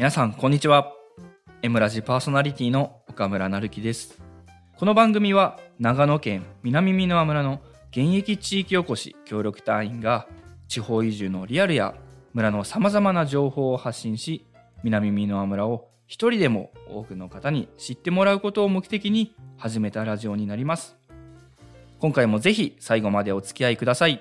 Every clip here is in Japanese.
皆さんこんにちは。Mラジパーソナリティの岡村成樹です。この番組は長野県南箕輪村の現役地域おこし協力隊員が地方移住のリアルや村のさまざまな情報を発信し、南箕輪村を一人でも多くの方に知ってもらうことを目的に始めたラジオになります。今回もぜひ最後までお付き合いください。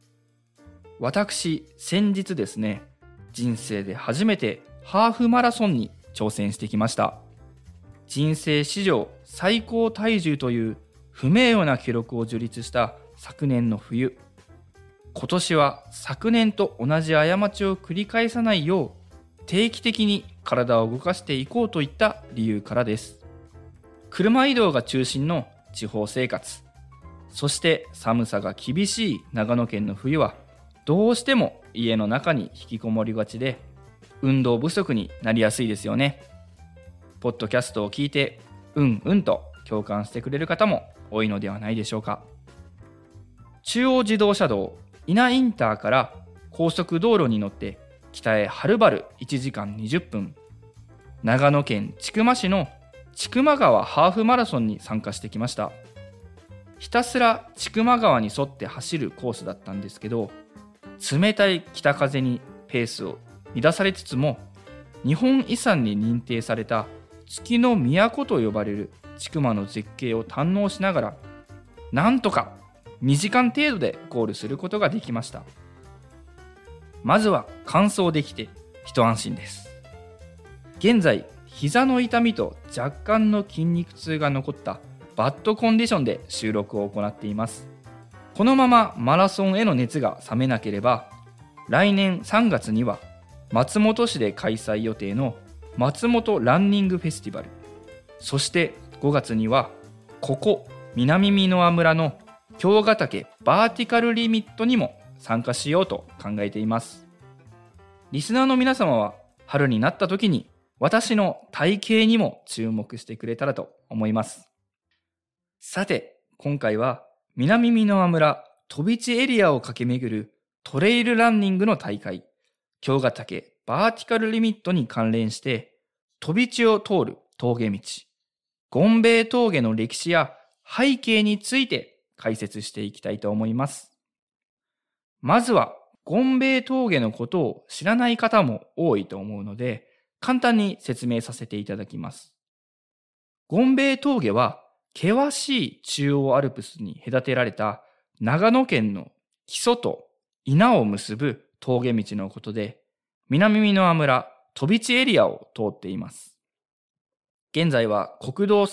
私、先日ですね、人生で初めてハーフマラソンに挑戦してきました。人生史上最高体重という不名誉な記録を樹立した昨年の冬、今年は昨年と同じ過ちを繰り返さないよう定期的に体を動かしていこうといった理由からです。車移動が中心の地方生活、そして寒さが厳しい長野県の冬はどうしても家の中に引きこもりがちで運動不足になりやすいですよね。ポッドキャストを聞いてと共感してくれる方も多いのではないでしょうか。中央自動車道伊那インターから高速道路に乗って北へはるばる1時間20分、長野県千曲市の千曲川ハーフマラソンに参加してきました。ひたすら千曲川に沿って走るコースだったんですけど、冷たい北風にペースを乱されつつも、日本遺産に認定された月の都と呼ばれる千曲の絶景を堪能しながら、なんとか2時間程度でゴールすることができました。まずは完走できて一安心です。現在、膝の痛みと若干の筋肉痛が残ったバッドコンディションで収録を行っています。このままマラソンへの熱が冷めなければ、来年3月には松本市で開催予定の松本ランニングフェスティバル、そして5月にはここ南箕輪村の京ヶ岳バーティカルリミットにも参加しようと考えています。リスナーの皆様は春になった時に私の体型にも注目してくれたらと思います。さて、今回は南箕輪村飛び地エリアを駆け巡るトレイルランニングの大会、京ヶ岳バーティカルリミットに関連して、飛び地を通る峠道、権兵衛峠の歴史や背景について解説していきたいと思います。まずは権兵衛峠のことを知らない方も多いと思うので、簡単に説明させていただきます。権兵衛峠は険しい中央アルプスに隔てられた長野県の木曽と伊那を結ぶ峠道のことで、南箕輪村飛び地エリアを通っています。現在は国道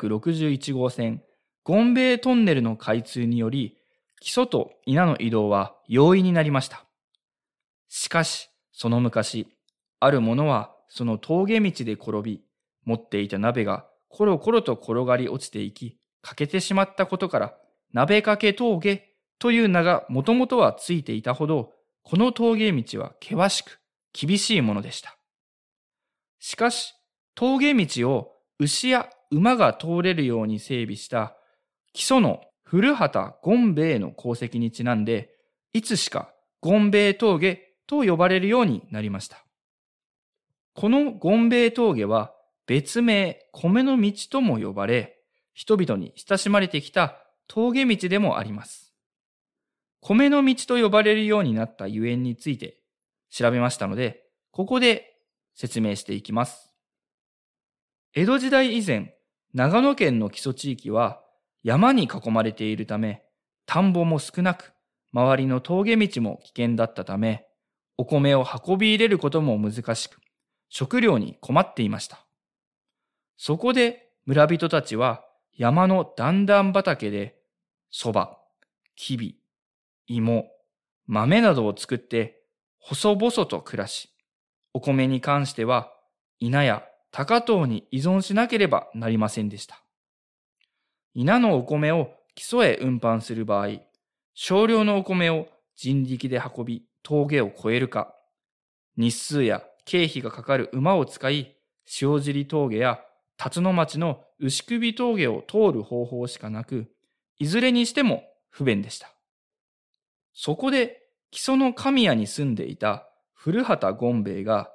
361号線権兵衛トンネルの開通により、木曽と伊那の移動は容易になりました。しかし、その昔、ある者はその峠道で転び、持っていた鍋がコロコロと転がり落ちていき、欠けてしまったことから、鍋掛け峠という名がもともとはついていたほど、この峠道は険しく厳しいものでした。しかし、峠道を牛や馬が通れるように整備した木曽の古畑権兵衛の功績にちなんで、いつしか権兵衛峠と呼ばれるようになりました。この権兵衛峠は別名米の道とも呼ばれ、人々に親しまれてきた峠道でもあります。米の道と呼ばれるようになったゆえんについて調べましたので、ここで説明していきます。江戸時代以前、長野県の木曽地域は山に囲まれているため、田んぼも少なく、周りの峠道も危険だったため、お米を運び入れることも難しく、食料に困っていました。そこで村人たちは山の段々畑でそば、きび、芋、豆などを作って細々と暮らし、お米に関しては伊那や高遠に依存しなければなりませんでした。伊那のお米を木曽へ運搬する場合、少量のお米を人力で運び峠を越えるか、日数や経費がかかる馬を使い、塩尻峠や辰野町の牛首峠を通る方法しかなく、いずれにしても不便でした。そこで木曽の神谷に住んでいた古畑権兵衛が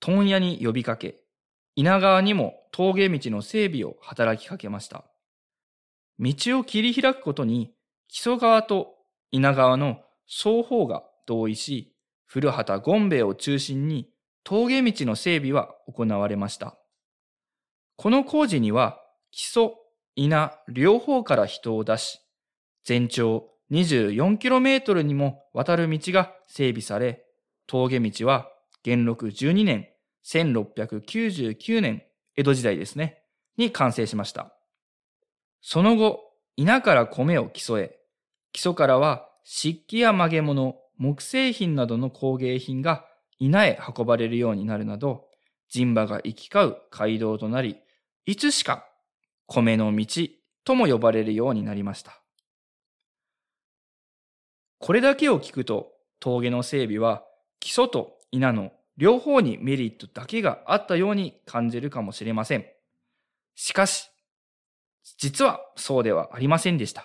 問屋に呼びかけ、稲川にも峠道の整備を働きかけました。道を切り開くことに木曽川と稲川の双方が同意し、古畑権兵衛を中心に峠道の整備は行われました。この工事には木曽、稲両方から人を出し、全長 24km にもわたる道が整備され、峠道は元禄12年、1699年、江戸時代ですね、に完成しました。その後、稲から米を木曽へ、木曽からは漆器や曲げ物、木製品などの工芸品が稲へ運ばれるようになるなど、人馬が行き交う街道となり、いつしか米の道とも呼ばれるようになりました。これだけを聞くと、峠の整備は木曽と稲の両方にメリットだけがあったように感じるかもしれません。しかし、実はそうではありませんでした。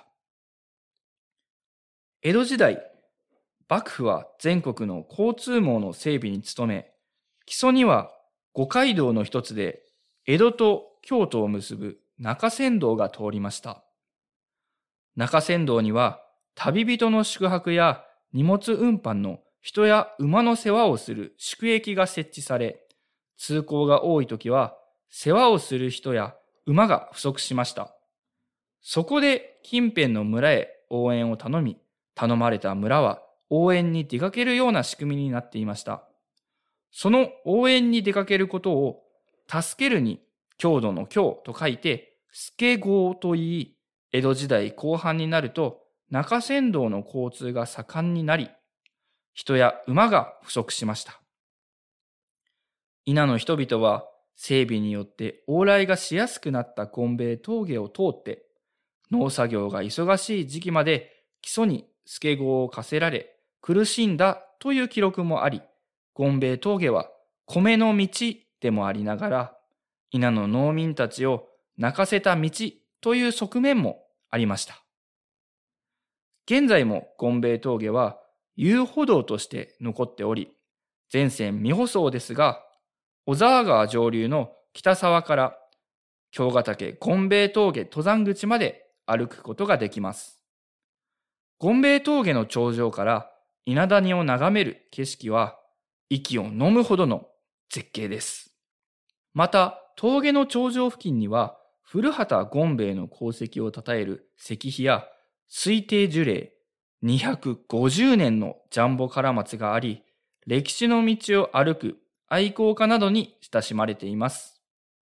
江戸時代、幕府は全国の交通網の整備に努め、木曽には五街道の一つで江戸と京都を結ぶ中山道が通りました。中山道には旅人の宿泊や荷物運搬の人や馬の世話をする宿駅が設置され、通行が多いときは世話をする人や馬が不足しました。そこで近辺の村へ応援を頼まれた村は応援に出かけるような仕組みになっていました。その応援に出かけることを、助けるに郷土の郷と書いて、助郷と言い、江戸時代後半になると中山道の交通が盛んになり、人や馬が不足しました。伊那の人々は整備によって往来がしやすくなった権兵衛峠を通って、農作業が忙しい時期まで木曽に助郷を課せられ苦しんだという記録もあり、権兵衛峠は米の道でもありながら、伊那の農民たちを泣かせた道という側面もありました。現在も権兵衛峠は遊歩道として残っており、全線未舗装ですが、小沢川上流の北沢から京ヶ岳権兵衛峠登山口まで歩くことができます。権兵衛峠の頂上から稲谷を眺める景色は息を飲むほどの絶景です。また峠の頂上付近には古畑権兵衛の功績を称える石碑や推定樹齢250年のジャンボカラマツがあり、歴史の道を歩く愛好家などに親しまれています。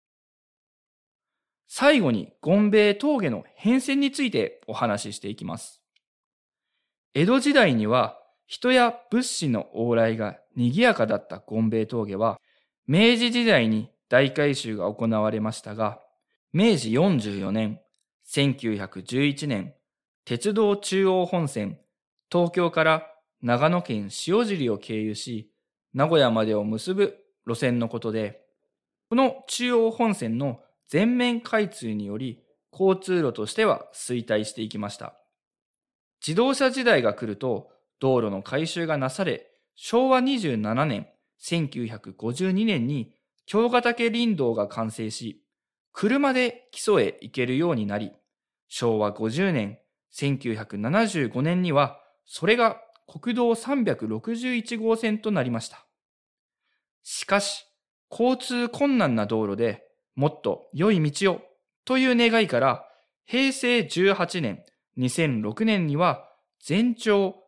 最後に権兵衛峠の変遷についてお話ししていきます。江戸時代には人や物資の往来が賑やかだった権兵衛峠は、明治時代に大改修が行われましたが、明治44年、1911年、鉄道中央本線、東京から長野県塩尻を経由し、名古屋までを結ぶ路線のことで、この中央本線の全面開通により、交通路としては衰退していきました。自動車時代が来ると、道路の改修がなされ、昭和27年、1952年に京ヶ岳林道が完成し、車で木曽へ行けるようになり、昭和50年、1975年には、それが国道361号線となりました。しかし、交通困難な道路でもっと良い道をという願いから、平成18年、2006年には全長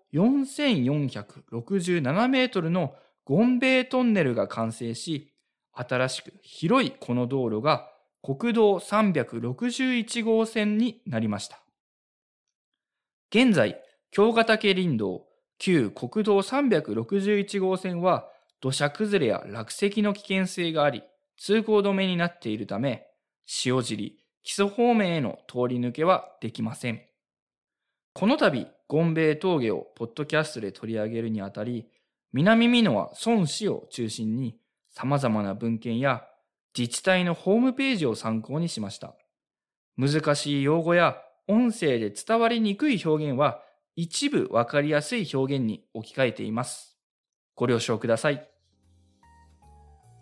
4467メートルの権兵衛トンネルが完成し、新しく広いこの道路が国道361号線になりました。現在、京ヶ岳林道旧国道361号線は土砂崩れや落石の危険性があり、通行止めになっているため、塩尻、木曽方面への通り抜けはできません。この度、権兵衛峠をポッドキャストで取り上げるにあたり、南美濃は孫市を中心に様々な文献や自治体のホームページを参考にしました。難しい用語や音声で伝わりにくい表現は一部わかりやすい表現に置き換えています。ご了承ください。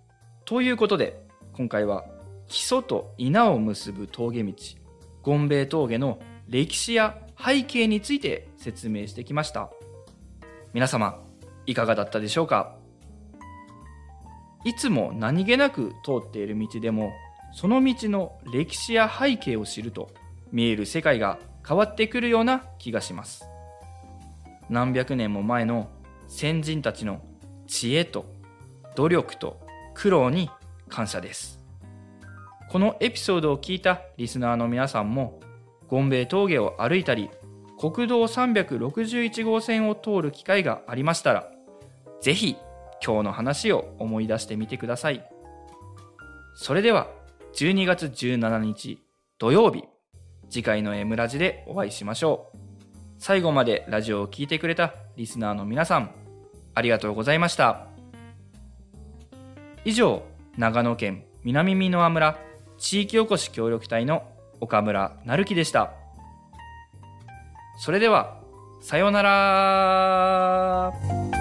ということで今回は木曽と伊那を結ぶ峠道権兵衛峠の歴史や背景について説明してきました。皆様いかがだったでしょうか。いつも何気なく通っている道でもその道の歴史や背景を知ると見える世界が変わってくるような気がします。何百年も前の先人たちの知恵と努力と苦労に感謝です。このエピソードを聞いたリスナーの皆さんも権兵衛峠を歩いたり国道361号線を通る機会がありましたら、ぜひ今日の話を思い出してみてください。それでは12月17日土曜日、次回の M ラジでお会いしましょう。最後までラジオを聞いてくれたリスナーの皆さん、ありがとうございました。以上、長野県南箕輪村地域おこし協力隊の岡村成樹でした。それでは、さようなら。